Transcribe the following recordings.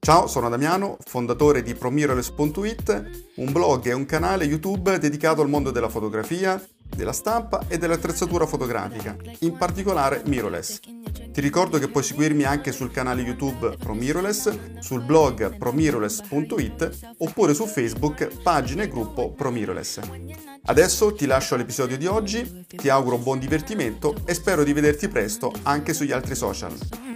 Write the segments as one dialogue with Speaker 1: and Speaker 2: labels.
Speaker 1: Ciao, sono Damiano, fondatore di ProMirrorless.it, un blog e un canale YouTube dedicato al mondo della fotografia, della stampa e dell'attrezzatura fotografica, in particolare mirrorless. Ti ricordo che puoi seguirmi anche sul canale YouTube ProMirrorless, sul blog ProMirrorless.it oppure su Facebook, pagina e gruppo ProMirrorless. Adesso ti lascio all'episodio di oggi, ti auguro buon divertimento e spero di vederti presto anche sugli altri social.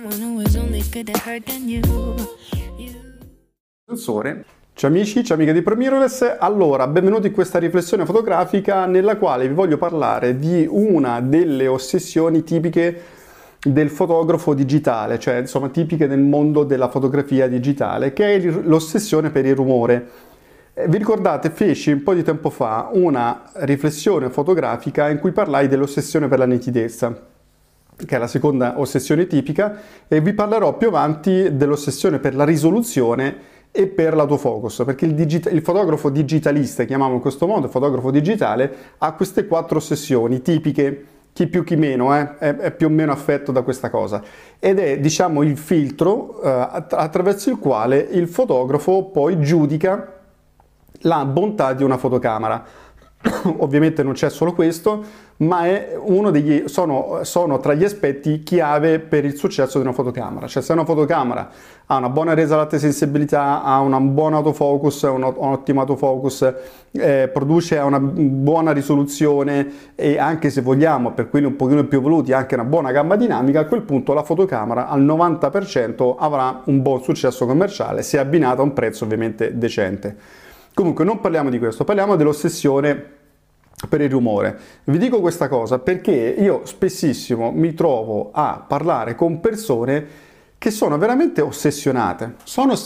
Speaker 1: Ciao amici, ciao amiche di ProMirrorless. Allora, benvenuti in questa riflessione fotografica nella quale vi voglio parlare di una delle ossessioni tipiche del fotografo digitale, cioè insomma tipiche del mondo della fotografia digitale, che è l'ossessione per il rumore. Vi ricordate, feci un po' di tempo fa una riflessione fotografica in cui parlai dell'ossessione per la nitidezza, che è la seconda ossessione tipica, e vi parlerò più avanti dell'ossessione per la risoluzione e per l'autofocus, perché il fotografo digitalista, chiamiamolo in questo modo, il fotografo digitale, ha queste 4 ossessioni tipiche, chi più chi meno, è più o meno affetto da questa cosa, ed è, diciamo, il filtro attraverso il quale il fotografo poi giudica la bontà di una fotocamera. Ovviamente non c'è solo questo, ma è uno degli, sono tra gli aspetti chiave per il successo di una fotocamera. Cioè, se una fotocamera ha una buona resa all'alta sensibilità, ha una buona autofocus, un ottimo autofocus, produce una buona risoluzione e anche, se vogliamo, per quelli un pochino più evoluti, anche una buona gamma dinamica, a quel punto la fotocamera al 90% avrà un buon successo commerciale, se abbinata a un prezzo ovviamente decente. Comunque non parliamo di questo, parliamo dell'ossessione per il rumore. Vi dico questa cosa perché io spessissimo mi trovo a parlare con persone che sono veramente ossessionate,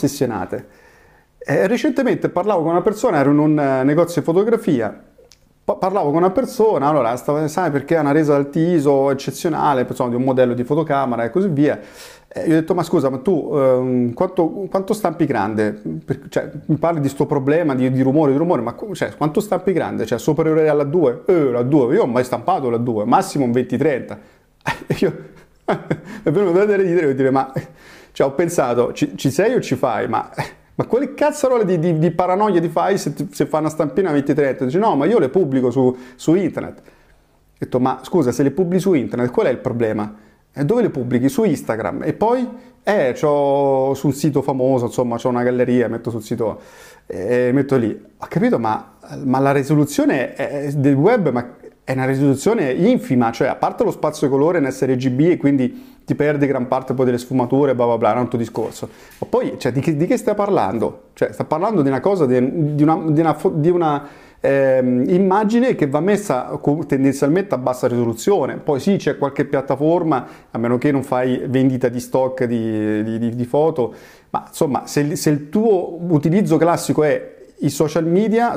Speaker 1: recentemente parlavo con una persona, ero in un negozio di fotografia, parlavo con una persona, allora sai perché ha una resa alti ISO eccezionale, insomma, di un modello di fotocamera e così via. Io ho detto, ma scusa, ma tu quanto stampi grande? Cioè, mi parli di sto problema di rumore, ma cioè, quanto stampi grande? Cioè, superiore alla 2? La 2, io ho mai stampato la 2, massimo un 20-30. Io è venuto da dire, ma cioè, ho pensato, ci sei o ci fai? Ma quelle cazzarole di paranoia ti fai se fai una stampina 20-30? Dice, no, ma io le pubblico su internet. Ho detto, ma scusa, se le pubblichi su internet, qual è il problema? Dove le pubblichi? Su Instagram. E poi? C'ho su un sito famoso, insomma, c'ho una galleria, metto sul sito, metto lì. Ho capito, ma la risoluzione del web è una risoluzione infima, cioè a parte lo spazio colore in sRGB e quindi ti perdi gran parte poi delle sfumature, bla bla bla, è un altro discorso. Ma poi, cioè, di che stai parlando? Cioè, sta parlando di una cosa, di una immagine che va messa tendenzialmente a bassa risoluzione. Poi sì, c'è qualche piattaforma, a meno che non fai vendita di stock di foto, ma insomma, se il tuo utilizzo classico è i social media,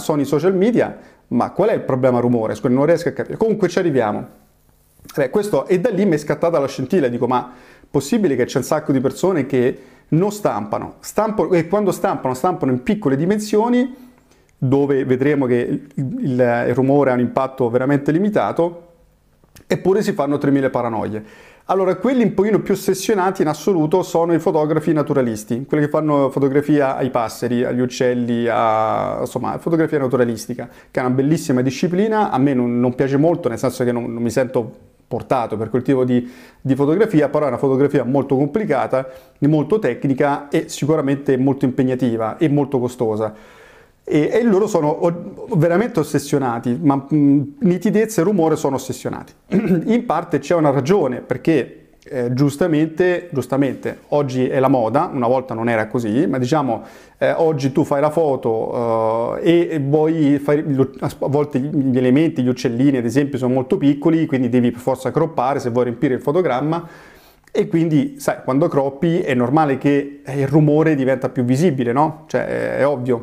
Speaker 1: ma qual è il problema rumore? Non riesco a capire. Comunque ci arriviamo. Questo, e da lì mi è scattata la scintilla, dico, ma è possibile che c'è un sacco di persone che non stampano e quando stampano in piccole dimensioni, dove vedremo che il rumore ha un impatto veramente limitato, eppure si fanno 3000 paranoie. Allora, quelli un pochino più ossessionati in assoluto sono i fotografi naturalisti, quelli che fanno fotografia ai passeri, agli uccelli, insomma, fotografia naturalistica, che è una bellissima disciplina. A me non piace molto, nel senso che non mi sento portato per quel tipo di fotografia, però è una fotografia molto complicata, molto tecnica e sicuramente molto impegnativa e molto costosa. E loro sono veramente ossessionati, ma nitidezza e rumore sono ossessionati. In parte c'è una ragione, perché giustamente, oggi è la moda, una volta non era così, ma diciamo oggi tu fai la foto e vuoi fare, a volte gli elementi, gli uccellini ad esempio sono molto piccoli, quindi devi per forza croppare se vuoi riempire il fotogramma, e quindi sai, quando croppi è normale che il rumore diventa più visibile, no? Cioè è ovvio.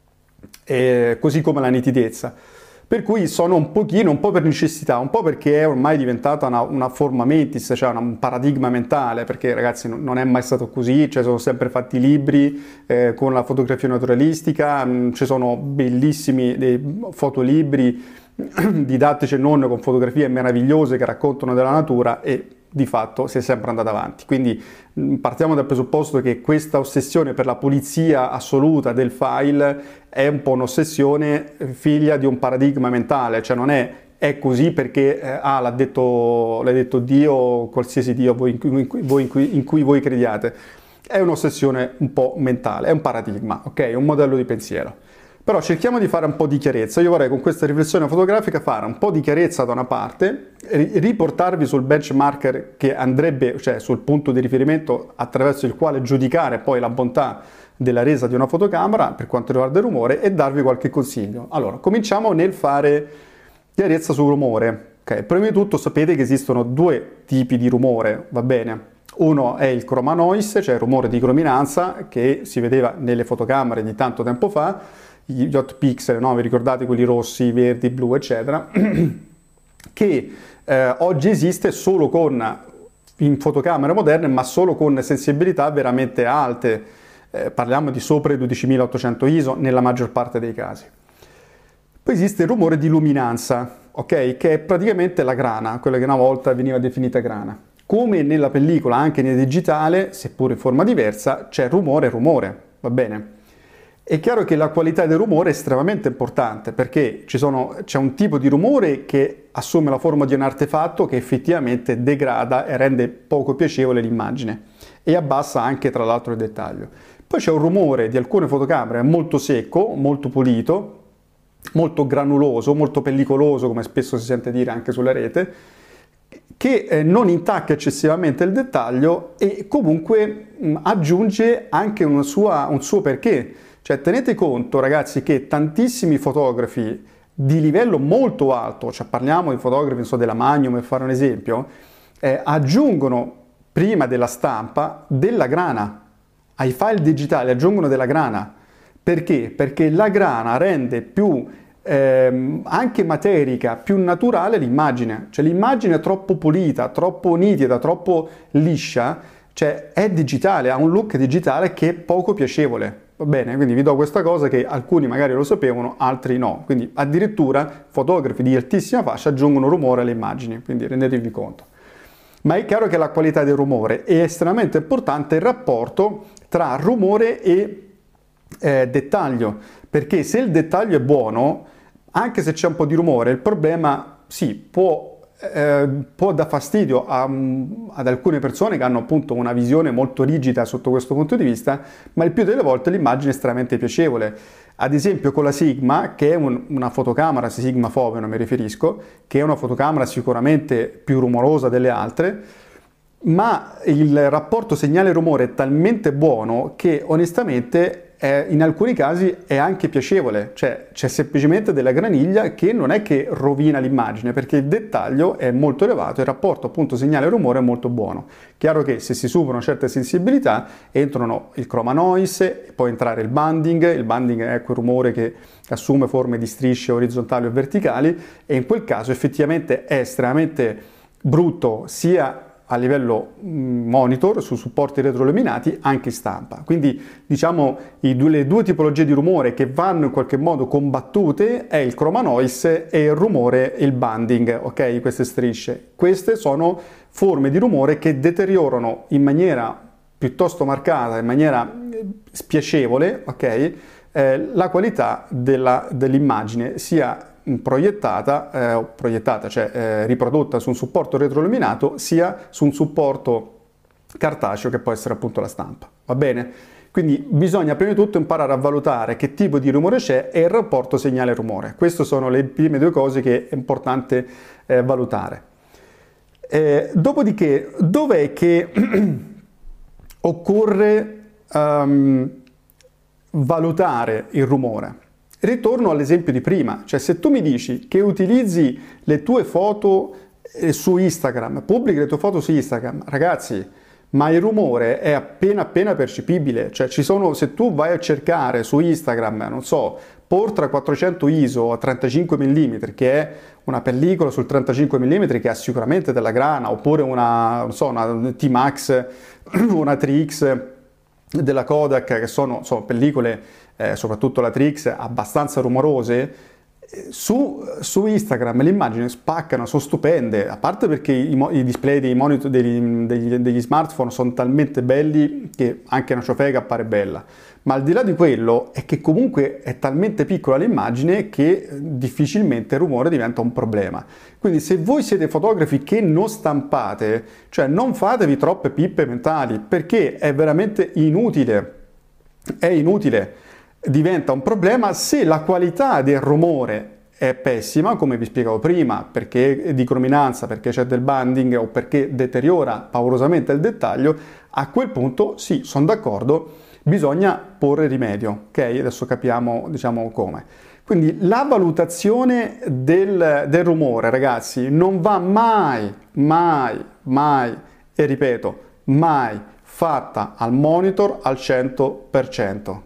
Speaker 1: Così come la nitidezza, per cui sono un po' per necessità, un po' perché è ormai diventata una forma mentis, cioè un paradigma mentale, perché ragazzi non è mai stato così, cioè sono sempre fatti libri con la fotografia naturalistica, ci sono bellissimi dei fotolibri didattici e non, con fotografie meravigliose che raccontano della natura, e di fatto si è sempre andata avanti. Quindi partiamo dal presupposto che questa ossessione per la pulizia assoluta del file è un po' un'ossessione figlia di un paradigma mentale, cioè non è così perché l'ha detto Dio o qualsiasi Dio in cui voi crediate. È un'ossessione un po' mentale, è un paradigma, ok? È un modello di pensiero. Però cerchiamo di fare un po' di chiarezza. Io vorrei con questa riflessione fotografica fare un po' di chiarezza da una parte, riportarvi sul benchmarker che andrebbe, cioè sul punto di riferimento attraverso il quale giudicare poi la bontà della resa di una fotocamera per quanto riguarda il rumore e darvi qualche consiglio. Allora, cominciamo nel fare chiarezza sul rumore. Ok, prima di tutto sapete che esistono due tipi di rumore, va bene? Uno è il chroma noise, cioè il rumore di crominanza che si vedeva nelle fotocamere di tanto tempo fa, gli hot pixel, no? Vi ricordate quelli rossi, verdi, blu, eccetera, che oggi esiste solo in fotocamere moderne, ma solo con sensibilità veramente alte, parliamo di sopra i 12.800 ISO nella maggior parte dei casi. Poi esiste il rumore di luminanza, ok? Che è praticamente la grana, quella che una volta veniva definita grana. Come nella pellicola, anche nel digitale, seppur in forma diversa, c'è rumore, va bene? È chiaro che la qualità del rumore è estremamente importante perché c'è un tipo di rumore che assume la forma di un artefatto che effettivamente degrada e rende poco piacevole l'immagine e abbassa anche tra l'altro il dettaglio. Poi c'è un rumore di alcune fotocamere molto secco, molto pulito, molto granuloso, molto pellicoloso, come spesso si sente dire anche sulla rete, che non intacca eccessivamente il dettaglio e comunque aggiunge anche un suo perché. Cioè tenete conto ragazzi che tantissimi fotografi di livello molto alto, cioè parliamo di fotografi della Magnum per fare un esempio, aggiungono prima della stampa della grana, ai file digitali aggiungono della grana. Perché? Perché la grana rende più anche materica, più naturale l'immagine, cioè l'immagine è troppo pulita, troppo nitida, troppo liscia, cioè è digitale, ha un look digitale che è poco piacevole. Va bene, quindi vi do questa cosa che alcuni magari lo sapevano, altri no. Quindi addirittura fotografi di altissima fascia aggiungono rumore alle immagini, quindi rendetevi conto. Ma è chiaro che la qualità del rumore è estremamente importante il rapporto tra rumore e dettaglio, perché se il dettaglio è buono, anche se c'è un po' di rumore, il problema sì, può dar fastidio ad alcune persone che hanno appunto una visione molto rigida sotto questo punto di vista, ma il più delle volte l'immagine è estremamente piacevole. Ad esempio con la Sigma, che è una fotocamera, Sigma Foveano mi riferisco, che è una fotocamera sicuramente più rumorosa delle altre, ma il rapporto segnale-rumore è talmente buono che onestamente in alcuni casi è anche piacevole, cioè c'è semplicemente della graniglia che non è che rovina l'immagine perché il dettaglio è molto elevato e il rapporto appunto segnale-rumore è molto buono. Chiaro che se si superano certe sensibilità entrano il chroma noise, può entrare il banding è quel rumore che assume forme di strisce orizzontali o verticali e in quel caso effettivamente è estremamente brutto sia a livello monitor su supporti retroilluminati anche in stampa. Quindi diciamo le due tipologie di rumore che vanno in qualche modo combattute è il chroma noise e il rumore, il banding, ok? Queste strisce. Queste sono forme di rumore che deteriorano in maniera piuttosto marcata, in maniera spiacevole, ok? La qualità dell'immagine sia proiettata, cioè riprodotta su un supporto retroilluminato, sia su un supporto cartaceo che può essere appunto la stampa. Va bene? Quindi bisogna prima di tutto imparare a valutare che tipo di rumore c'è e il rapporto segnale-rumore. Queste sono le prime due cose che è importante valutare. Dopodiché, dov'è che occorre valutare il rumore? Ritorno all'esempio di prima, cioè se tu mi dici che utilizzi le tue foto su Instagram, pubblichi le tue foto su Instagram, ragazzi, ma il rumore è appena percepibile, cioè se tu vai a cercare su Instagram, non so, Portra 400 ISO a 35 mm, che è una pellicola sul 35 mm che ha sicuramente della grana, oppure una T-Max, una 3X della Kodak, che sono pellicole, soprattutto la 3X, abbastanza rumorose, Su Instagram le immagini spaccano, sono stupende, a parte perché i display dei monitor, degli smartphone sono talmente belli che anche una ciofeca appare bella, ma al di là di quello è che comunque è talmente piccola l'immagine che difficilmente il rumore diventa un problema. Quindi se voi siete fotografi che non stampate, cioè non fatevi troppe pippe mentali, perché è veramente inutile, diventa un problema se la qualità del rumore è pessima, come vi spiegavo prima, perché è di crominanza, perché c'è del banding o perché deteriora paurosamente il dettaglio. A quel punto sì, sono d'accordo, bisogna porre rimedio, ok? Adesso capiamo, diciamo, come. Quindi la valutazione del rumore, ragazzi, non va mai, e ripeto, mai fatta al monitor al 100%.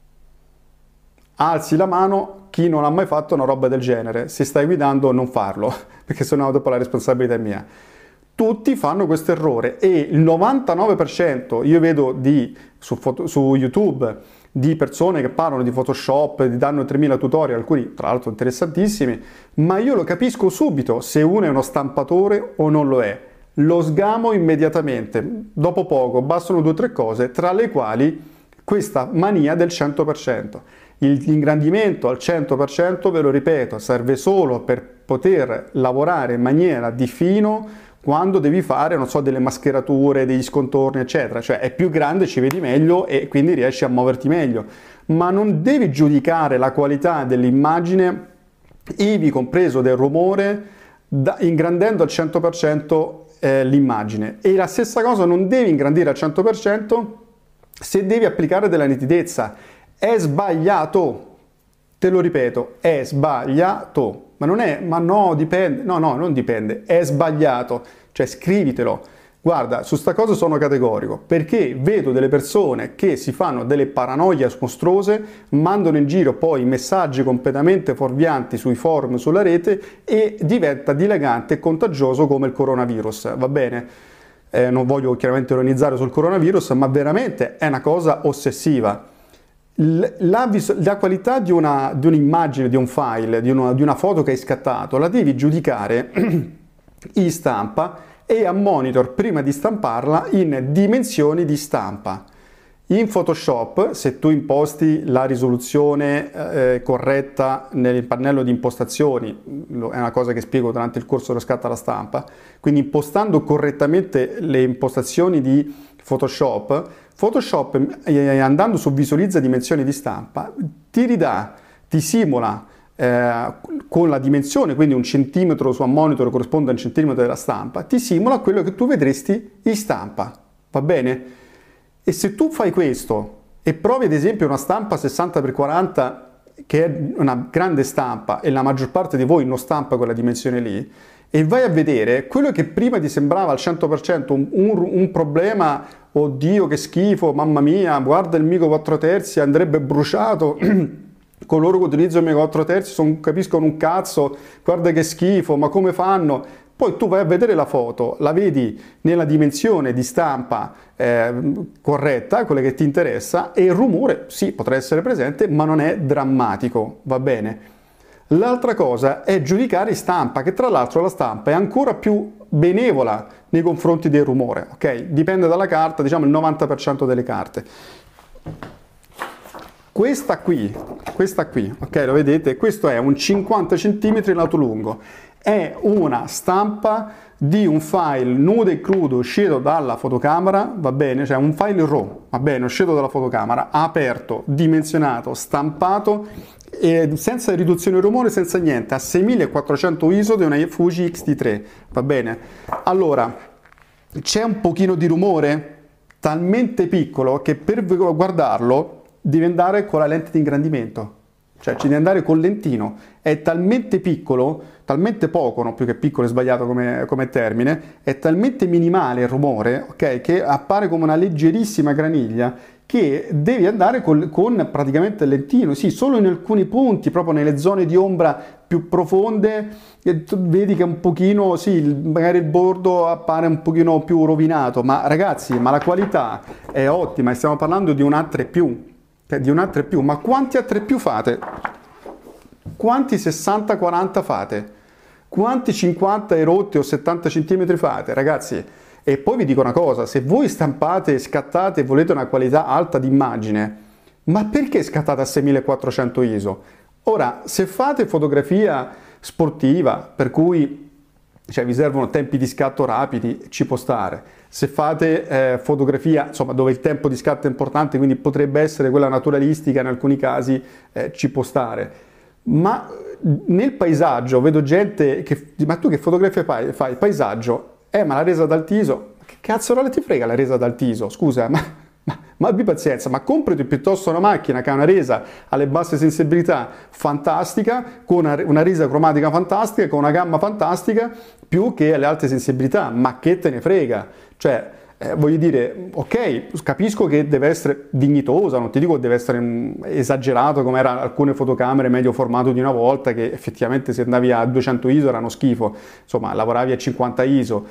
Speaker 1: Alzi la mano chi non ha mai fatto una roba del genere. Se stai guidando non farlo, perché sennò dopo la responsabilità è mia. Tutti fanno questo errore e il 99% io vedo su YouTube di persone che parlano di Photoshop, ti danno 3000 tutorial, alcuni tra l'altro interessantissimi, ma io lo capisco subito se uno è uno stampatore o non lo è. Lo sgamo immediatamente, dopo poco bastano 2 o 3 cose, tra le quali questa mania del 100%. L'ingrandimento al 100%, ve lo ripeto, serve solo per poter lavorare in maniera di fino quando devi fare, non so, delle mascherature, degli scontorni, eccetera. Cioè è più grande, ci vedi meglio e quindi riesci a muoverti meglio. Ma non devi giudicare la qualità dell'immagine, ivi compreso del rumore, ingrandendo al 100% l'immagine. E la stessa cosa non devi ingrandire al 100% se devi applicare della nitidezza. È sbagliato, te lo ripeto, è sbagliato, ma no, dipende, no, non dipende, è sbagliato, cioè scrivitelo. Guarda, su sta cosa sono categorico, perché vedo delle persone che si fanno delle paranoie mostruose, mandano in giro poi messaggi completamente fuorvianti sui forum, sulla rete, e diventa dilagante e contagioso come il coronavirus, va bene? Non voglio chiaramente ironizzare sul coronavirus, ma veramente è una cosa ossessiva. La qualità di un'immagine, di un file, di una foto che hai scattato, la devi giudicare in stampa e a monitor prima di stamparla in dimensioni di stampa. In Photoshop, se tu imposti la risoluzione corretta nel pannello di impostazioni, è una cosa che spiego durante il corso dello scatto alla stampa, quindi impostando correttamente le impostazioni di Photoshop, andando su visualizza dimensioni di stampa, ti simula con la dimensione, quindi 1 centimetro su un monitor corrisponde a 1 centimetro della stampa, ti simula quello che tu vedresti in stampa, va bene? E se tu fai questo e provi ad esempio una stampa 60x40 che è una grande stampa e la maggior parte di voi non stampa quella dimensione lì, e vai a vedere quello che prima ti sembrava al 100% un problema, oddio che schifo, mamma mia, guarda il Mico 4 terzi, andrebbe bruciato, coloro che utilizzano il Mico 4 terzi non capiscono un cazzo, guarda che schifo, ma come fanno? Poi tu vai a vedere la foto, la vedi nella dimensione di stampa corretta, quella che ti interessa, e il rumore sì, potrà essere presente, ma non è drammatico, va bene? L'altra cosa è giudicare in stampa, che tra l'altro la stampa è ancora più benevola nei confronti del rumore, ok? Dipende dalla carta, diciamo il 90% delle carte. Questa qui, ok, lo vedete? Questo è un 50 cm lato lungo. È una stampa di un file nudo e crudo uscito dalla fotocamera, va bene? Cioè un file RAW, va bene, uscito dalla fotocamera, aperto, dimensionato, stampato, senza riduzione di rumore, senza niente, a 6400 ISO di una Fuji X-T3, va bene? Allora, c'è un pochino di rumore, talmente piccolo che per guardarlo devi andare con la lente di ingrandimento. Cioè ci devi andare col lentino, è talmente piccolo, talmente poco, no? Più che piccolo è sbagliato come termine, è talmente minimale il rumore, ok, che appare come una leggerissima graniglia, che devi andare con praticamente il lentino, sì, solo in alcuni punti, proprio nelle zone di ombra più profonde, vedi che un pochino, sì, magari il bordo appare un pochino più rovinato, ma ragazzi, ma la qualità è ottima, e stiamo parlando di un A3+. Di un A3+, ma quanti A3+ fate? quanti 60-40 fate? Quanti 50 erotti o 70 cm fate? Ragazzi, e poi vi dico una cosa, se voi stampate, scattate e volete una qualità alta d'immagine, ma perché scattate a 6400 ISO? Ora, se fate fotografia sportiva, per cui vi servono tempi di scatto rapidi, ci può stare. Se fate fotografia, insomma, dove il tempo di scatto è importante, quindi potrebbe essere quella naturalistica in alcuni casi, ci può stare. Ma nel paesaggio vedo gente che... Ma tu che fotografia fai? Paesaggio? Ma la resa d'Altiso? Che cazzo ti frega la resa d'Altiso? Scusa, ma abbi pazienza, ma comprati piuttosto una macchina che ha una resa alle basse sensibilità fantastica, con una resa cromatica fantastica, con una gamma fantastica, più che alle alte sensibilità. Ma che te ne frega? Cioè, voglio dire, ok, capisco che deve essere dignitosa, non ti dico che deve essere esagerato come erano alcune fotocamere medio formato di una volta, che effettivamente se andavi a 200 ISO erano schifo, insomma lavoravi a 50 ISO,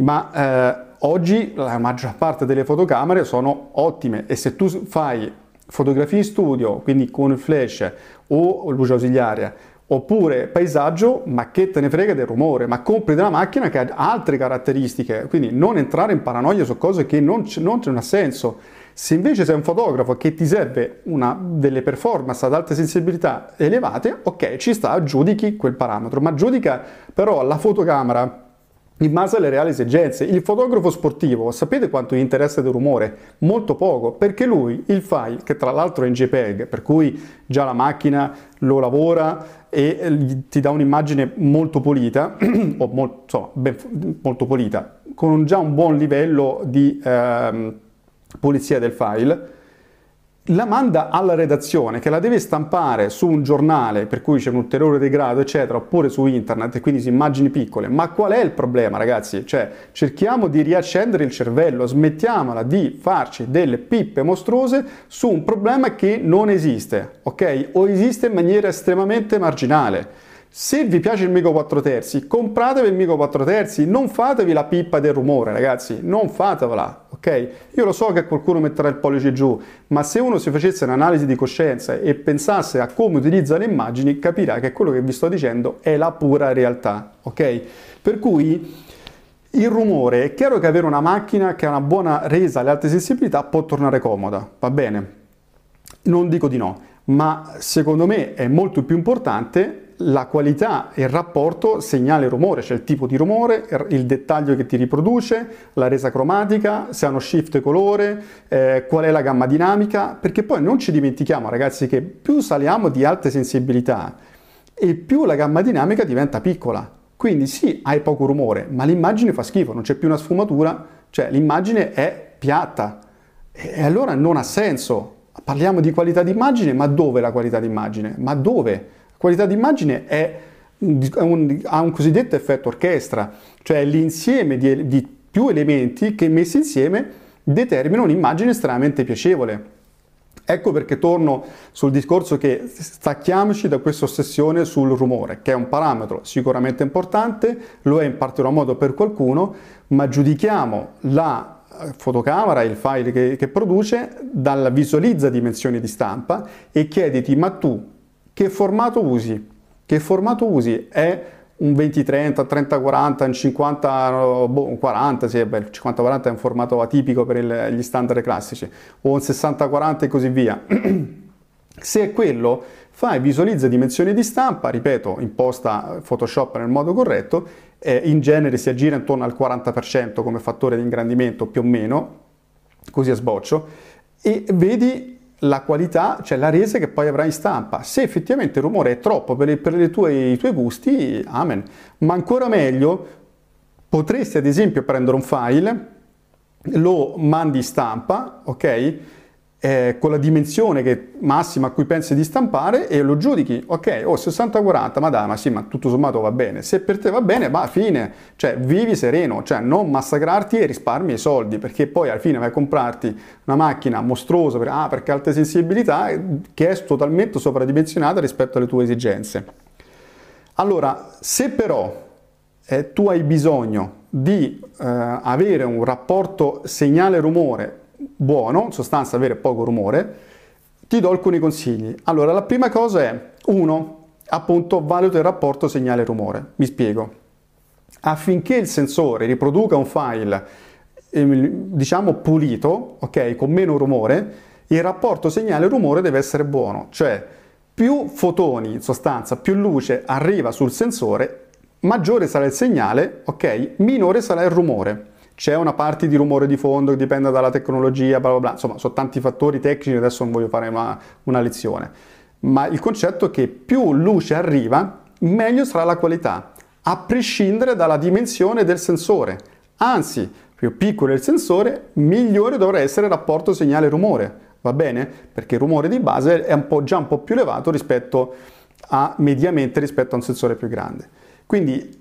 Speaker 1: ma oggi la maggior parte delle fotocamere sono ottime, e se tu fai fotografie in studio, quindi con il flash o luce ausiliaria, oppure paesaggio, ma che te ne frega del rumore? Ma compri una macchina che ha altre caratteristiche, quindi non entrare in paranoia su cose che non ha senso. Se invece sei un fotografo che ti serve delle performance ad alte sensibilità elevate, ok, ci sta, giudichi quel parametro, ma giudica però la fotocamera in base alle reali esigenze. Il fotografo sportivo, sapete quanto gli interessa del rumore? Molto poco, perché lui il file, che tra l'altro è in JPEG, per cui già la macchina lo lavora e ti dà un'immagine molto pulita, o molto pulita, con già un buon livello di pulizia del file, la manda alla redazione che la deve stampare su un giornale, per cui c'è un ulteriore degrado eccetera, oppure su internet, e quindi su immagini piccole. Ma qual è il problema, ragazzi? Cioè, cerchiamo di riaccendere il cervello, smettiamola di farci delle pippe mostruose su un problema che non esiste, ok? O esiste in maniera estremamente marginale. Se vi piace il Mico 4 terzi, compratevi il Mico 4 terzi, non fatevi la pippa del rumore, ragazzi, non fatevela, ok? Io lo so che qualcuno metterà il pollice giù, ma se uno si facesse un'analisi di coscienza e pensasse a come utilizza le immagini, capirà che quello che vi sto dicendo è la pura realtà, ok? Per cui il rumore, è chiaro che avere una macchina che ha una buona resa alle alte sensibilità può tornare comoda, va bene? Non dico di no, ma secondo me è molto più importante la qualità e il rapporto segnale-rumore, cioè il tipo di rumore, il dettaglio che ti riproduce, la resa cromatica, se ha uno shift colore, qual è la gamma dinamica, perché poi non ci dimentichiamo, ragazzi, che più saliamo di alte sensibilità e più la gamma dinamica diventa piccola. Quindi sì, hai poco rumore, ma l'immagine fa schifo, non c'è più una sfumatura, cioè l'immagine è piatta e allora non ha senso. Parliamo di qualità d'immagine, ma dove la qualità d'immagine? Ma dove? Qualità d'immagine ha un cosiddetto effetto orchestra, cioè l'insieme di più elementi che messi insieme determinano un'immagine estremamente piacevole. Ecco perché torno sul discorso che stacchiamoci da questa ossessione sul rumore, che è un parametro sicuramente importante, lo è in particolar modo per qualcuno, ma giudichiamo la fotocamera, il file che produce, dalla visualizza dimensioni di stampa e chiediti, ma tu che formato usi? Che formato usi? È un 20-30, 30-40, un 50-40, sì, beh, il 50-40 è un formato atipico per gli standard classici, o un 60-40 e così via. Se è quello, fai visualizza dimensioni di stampa, ripeto, imposta Photoshop nel modo corretto, in genere si aggira intorno al 40% come fattore di ingrandimento più o meno, così a sboccio, e vedi la qualità, cioè la resa che poi avrai in stampa. Se effettivamente il rumore è troppo per i tuoi gusti, amen. Ma ancora meglio, potresti ad esempio prendere un file, lo mandi in stampa, ok? Con la dimensione massima a cui pensi di stampare e lo giudichi, ok, 60-40, ma dai, ma sì, ma tutto sommato va bene. Se per te va bene, va, fine, cioè vivi sereno, cioè non massacrarti e risparmi i soldi, perché poi alla fine vai a comprarti una macchina mostruosa perché ha alte sensibilità, che è totalmente sovradimensionata rispetto alle tue esigenze. Allora, se però tu hai bisogno di avere un rapporto segnale-rumore buono, in sostanza avere poco rumore, ti do alcuni consigli. Allora, la prima cosa è, 1, appunto valuta il rapporto segnale-rumore. Mi spiego. Affinché il sensore riproduca un file, diciamo pulito, ok, con meno rumore, il rapporto segnale-rumore deve essere buono, cioè più fotoni, in sostanza, più luce arriva sul sensore, maggiore sarà il segnale, ok, minore sarà il rumore. C'è una parte di rumore di fondo che dipende dalla tecnologia, bla bla bla, insomma, sono tanti fattori tecnici, adesso non voglio fare una lezione. Ma il concetto è che più luce arriva, meglio sarà la qualità, a prescindere dalla dimensione del sensore. Anzi, più piccolo è il sensore, migliore dovrà essere il rapporto segnale-rumore, va bene? Perché il rumore di base è già un po' più elevato mediamente rispetto a un sensore più grande. Quindi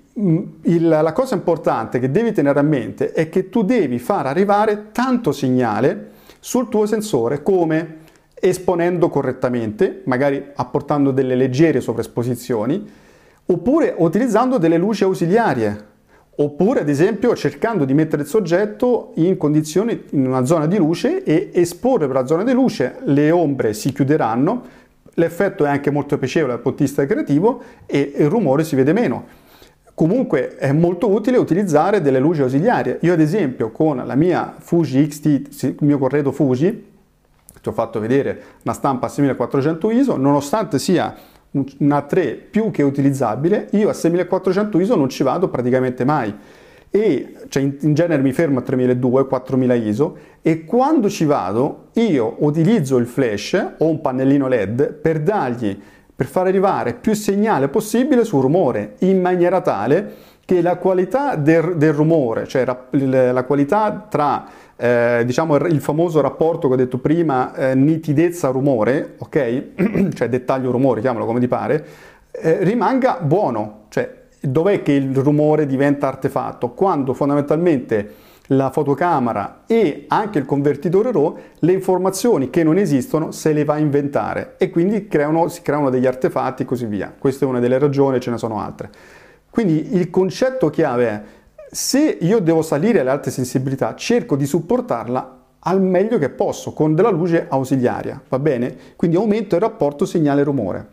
Speaker 1: la cosa importante che devi tenere a mente è che tu devi far arrivare tanto segnale sul tuo sensore, come esponendo correttamente, magari apportando delle leggere sovraesposizioni, oppure utilizzando delle luci ausiliarie, oppure ad esempio cercando di mettere il soggetto in una zona di luce e esporre per la zona di luce, le ombre si chiuderanno, l'effetto è anche molto piacevole dal punto di vista creativo e il rumore si vede meno. Comunque è molto utile utilizzare delle luci ausiliarie. Io ad esempio con la mia Fuji XT, il mio corredo Fuji, ti ho fatto vedere una stampa a 6400 ISO, nonostante sia una 3 più che utilizzabile, io a 6400 ISO non ci vado praticamente mai. E cioè in genere mi fermo a 3200, 4000 ISO, e quando ci vado io utilizzo il flash o un pannellino LED per far arrivare più segnale possibile sul rumore, in maniera tale che la qualità del rumore, cioè la qualità tra diciamo il famoso rapporto che ho detto prima, nitidezza-rumore, ok? Cioè dettaglio-rumore, chiamalo come ti pare, rimanga buono. Cioè, dov'è che il rumore diventa artefatto? Quando fondamentalmente la fotocamera e anche il convertitore RAW le informazioni che non esistono se le va a inventare e quindi si creano degli artefatti e così via. Questa è una delle ragioni, ce ne sono altre. Quindi il concetto chiave è: se io devo salire alle alte sensibilità, cerco di supportarla al meglio che posso con della luce ausiliaria, va bene? Quindi aumento il rapporto segnale-rumore.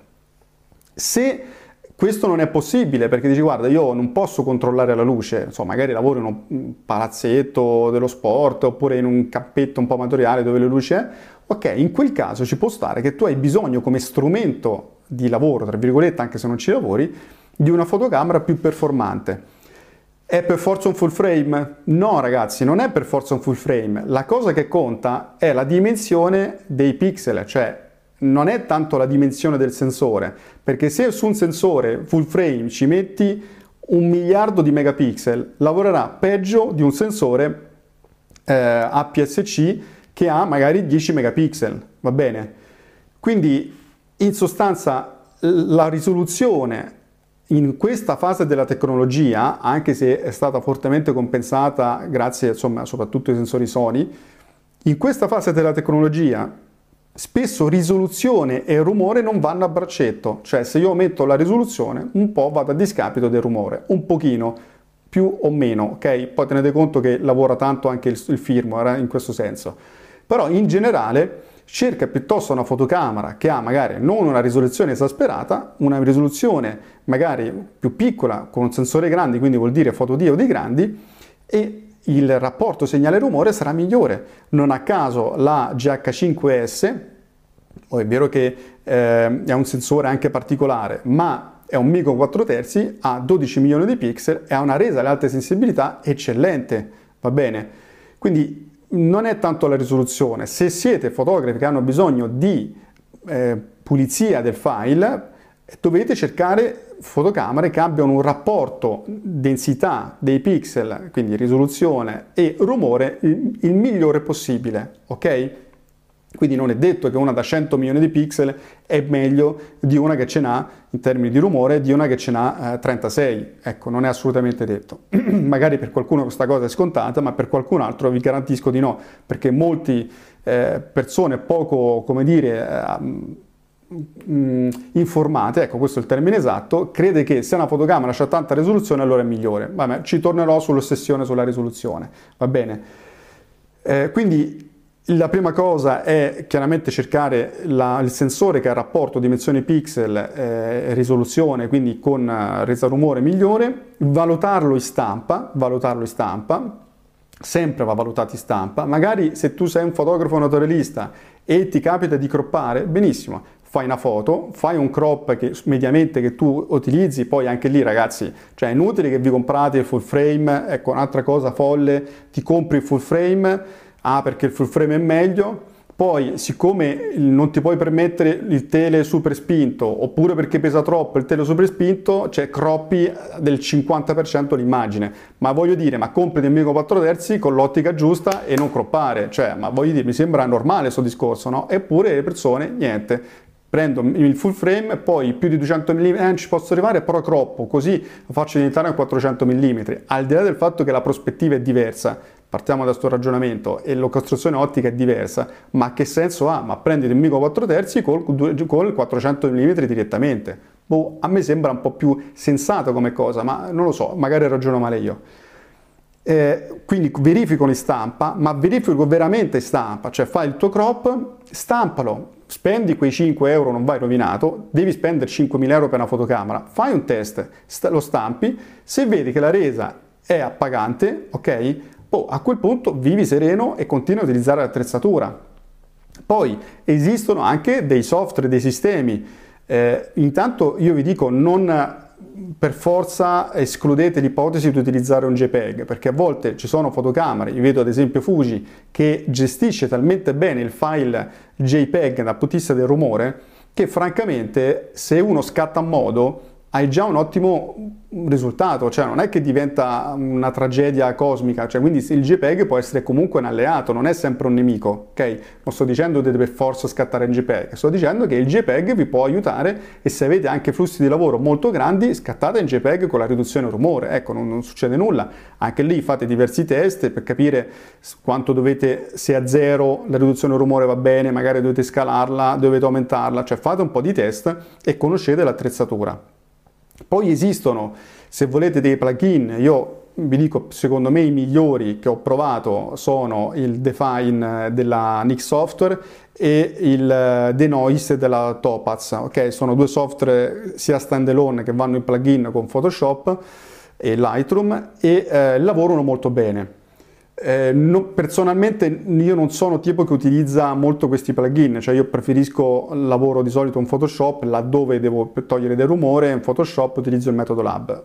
Speaker 1: Se questo non è possibile perché dici guarda, io non posso controllare la luce, insomma, magari lavoro in un palazzetto dello sport oppure in un campetto un po' amatoriale dove le luci è, ok, in quel caso ci può stare che tu hai bisogno come strumento di lavoro, tra virgolette, anche se non ci lavori, di una fotocamera più performante. È per forza un full frame? No ragazzi, non è per forza un full frame. La cosa che conta è la dimensione dei pixel, cioè non è tanto la dimensione del sensore, perché se su un sensore full frame ci metti 1 miliardo di megapixel, lavorerà peggio di un sensore APS-C che ha magari 10 megapixel, va bene? Quindi in sostanza la risoluzione in questa fase della tecnologia, anche se è stata fortemente compensata grazie insomma soprattutto ai sensori Sony, in questa fase della tecnologia spesso risoluzione e rumore non vanno a braccetto, cioè se io aumento la risoluzione un po' vado a discapito del rumore, un pochino più o meno, ok? Poi tenete conto che lavora tanto anche il firmware in questo senso, però in generale cerca piuttosto una fotocamera che ha magari non una risoluzione esasperata, una risoluzione magari più piccola con un sensore grande, quindi vuol dire fotodiodi grandi, e il rapporto segnale-rumore sarà migliore. Non a caso la GH5S, è vero che è un sensore anche particolare, ma è un micro 4 terzi, ha 12 milioni di pixel e ha una resa alle alte sensibilità eccellente, va bene? Quindi non è tanto la risoluzione. Se siete fotografi che hanno bisogno di pulizia del file, dovete cercare fotocamere che abbiano un rapporto densità dei pixel, quindi risoluzione e rumore, il migliore possibile, ok? Quindi non è detto che una da 100 milioni di pixel è meglio di una che ce n'ha in termini di rumore di una che ce n'ha 36, ecco, non è assolutamente detto. Magari per qualcuno questa cosa è scontata, ma per qualcun altro vi garantisco di no, perché molte persone poco, come dire, informate, ecco questo è il termine esatto, crede che se una fotocamera ha tanta risoluzione allora è migliore. Vabbè, ci tornerò sull'ossessione sulla risoluzione, va bene? Quindi La prima cosa è chiaramente cercare il sensore che ha rapporto dimensioni pixel, risoluzione, quindi con resa rumore migliore, valutarlo in stampa, sempre va valutato in stampa. Magari se tu sei un fotografo naturalista e ti capita di croppare, benissimo, fai una foto, fai un crop che mediamente che tu utilizzi, poi anche lì ragazzi, cioè è inutile che vi comprate il full frame, ecco un'altra cosa folle, ti compri il full frame, perché il full frame è meglio, poi siccome non ti puoi permettere il tele super spinto, oppure perché pesa troppo il tele super spinto, cioè croppi del 50% l'immagine, ma voglio dire, ma compri del micro 4 terzi con l'ottica giusta e non croppare, cioè, ma voglio dire, mi sembra normale questo discorso, no? Eppure le persone, niente, prendo il full frame, poi più di 200 mm ci posso arrivare, però croppo, così lo faccio diventare a 400 mm, al di là del fatto che la prospettiva è diversa, partiamo da questo ragionamento, e la costruzione ottica è diversa, ma che senso ha? Ma prendi il micro 4 terzi col 400 mm direttamente. Boh, a me sembra un po' più sensato come cosa, ma non lo so, magari ragiono male io. Quindi verifico in stampa, ma verifico veramente in stampa, cioè fai il tuo crop, stampalo, spendi quei 5 euro, non vai rovinato, devi spendere 5.000 euro per una fotocamera, fai un test, lo stampi, se vedi che la resa è appagante, ok? A quel punto vivi sereno e continui a utilizzare l'attrezzatura. Poi esistono anche dei software, dei sistemi. Intanto io vi dico, non per forza escludete l'ipotesi di utilizzare un JPEG, perché a volte ci sono fotocamere, io vedo ad esempio Fuji, che gestisce talmente bene il file JPEG dal punto di vista del rumore, che francamente se uno scatta a modo hai già un ottimo risultato, cioè non è che diventa una tragedia cosmica, cioè quindi il JPEG può essere comunque un alleato, non è sempre un nemico, ok? Non sto dicendo che deve per forza scattare in JPEG, sto dicendo che il JPEG vi può aiutare e se avete anche flussi di lavoro molto grandi, scattate in JPEG con la riduzione rumore, ecco, non succede nulla, anche lì fate diversi test per capire quanto dovete, se a 0 la riduzione rumore va bene, magari dovete scalarla, dovete aumentarla, cioè fate un po' di test e conoscete l'attrezzatura. Poi esistono, se volete, dei plugin, io vi dico, secondo me i migliori che ho provato sono il Define della Nik Software e il Denoise della Topaz, ok? Sono due software sia standalone che vanno in plugin con Photoshop e Lightroom e lavorano molto bene. Personalmente io non sono tipo che utilizza molto questi plugin, cioè io preferisco, lavoro di solito in Photoshop, laddove devo togliere del rumore, in Photoshop utilizzo il metodo Lab.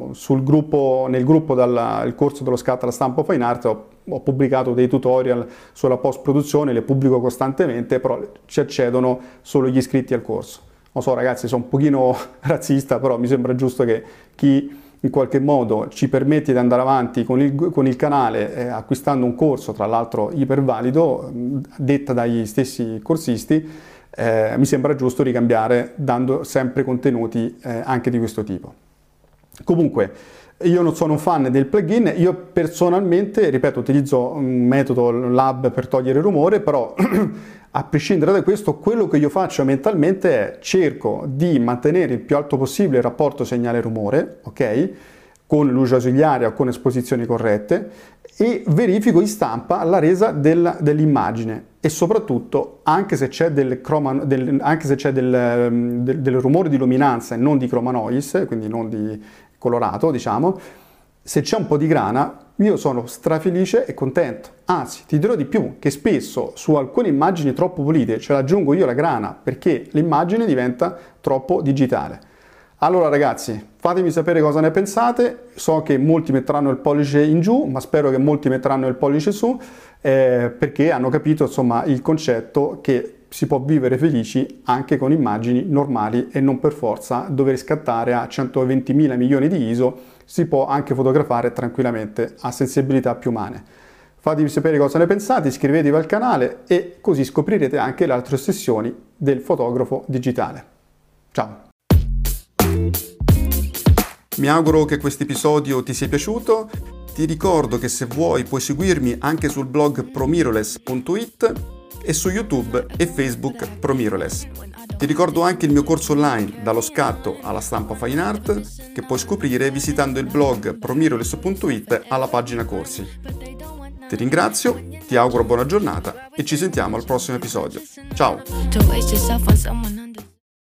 Speaker 1: Nel gruppo il corso dello scatto alla stampa Fine Art ho pubblicato dei tutorial sulla post produzione, le pubblico costantemente, però ci accedono solo gli iscritti al corso. Non so ragazzi, sono un pochino razzista, però mi sembra giusto che chi in qualche modo ci permette di andare avanti con il canale acquistando un corso, tra l'altro ipervalido, detta dagli stessi corsisti, mi sembra giusto ricambiare dando sempre contenuti anche di questo tipo. Comunque, io non sono un fan del plugin, io personalmente, ripeto, utilizzo un metodo Lab per togliere il rumore, però a prescindere da questo, quello che io faccio mentalmente è cerco di mantenere il più alto possibile il rapporto segnale-rumore, ok? Con luce ausiliaria o con esposizioni corrette e verifico in stampa la resa dell'immagine e soprattutto anche se c'è del rumore di luminanza e non di chroma noise, quindi non di colorato, diciamo, se c'è un po' di grana io sono strafelice e contento, anzi ti dirò di più, che spesso su alcune immagini troppo pulite ce l'aggiungo io la grana perché l'immagine diventa troppo digitale. Allora ragazzi, fatemi sapere cosa ne pensate, so che molti metteranno il pollice in giù, ma spero che molti metteranno il pollice su, perché hanno capito insomma il concetto che si può vivere felici anche con immagini normali e non per forza dover scattare a 120.000 milioni di ISO, si può anche fotografare tranquillamente a sensibilità più umane. Fatemi sapere cosa ne pensate, iscrivetevi al canale e così scoprirete anche le altre ossessioni del fotografo digitale. Ciao! Mi auguro che questo episodio ti sia piaciuto. Ti ricordo che se vuoi puoi seguirmi anche sul blog promirrorless.it e su YouTube e Facebook Promirrorless. Ti ricordo anche il mio corso online dallo scatto alla stampa Fine Art che puoi scoprire visitando il blog promirrorless.it alla pagina corsi. Ti ringrazio, ti auguro buona giornata e ci sentiamo al prossimo episodio. Ciao!
Speaker 2: To waste yourself on someone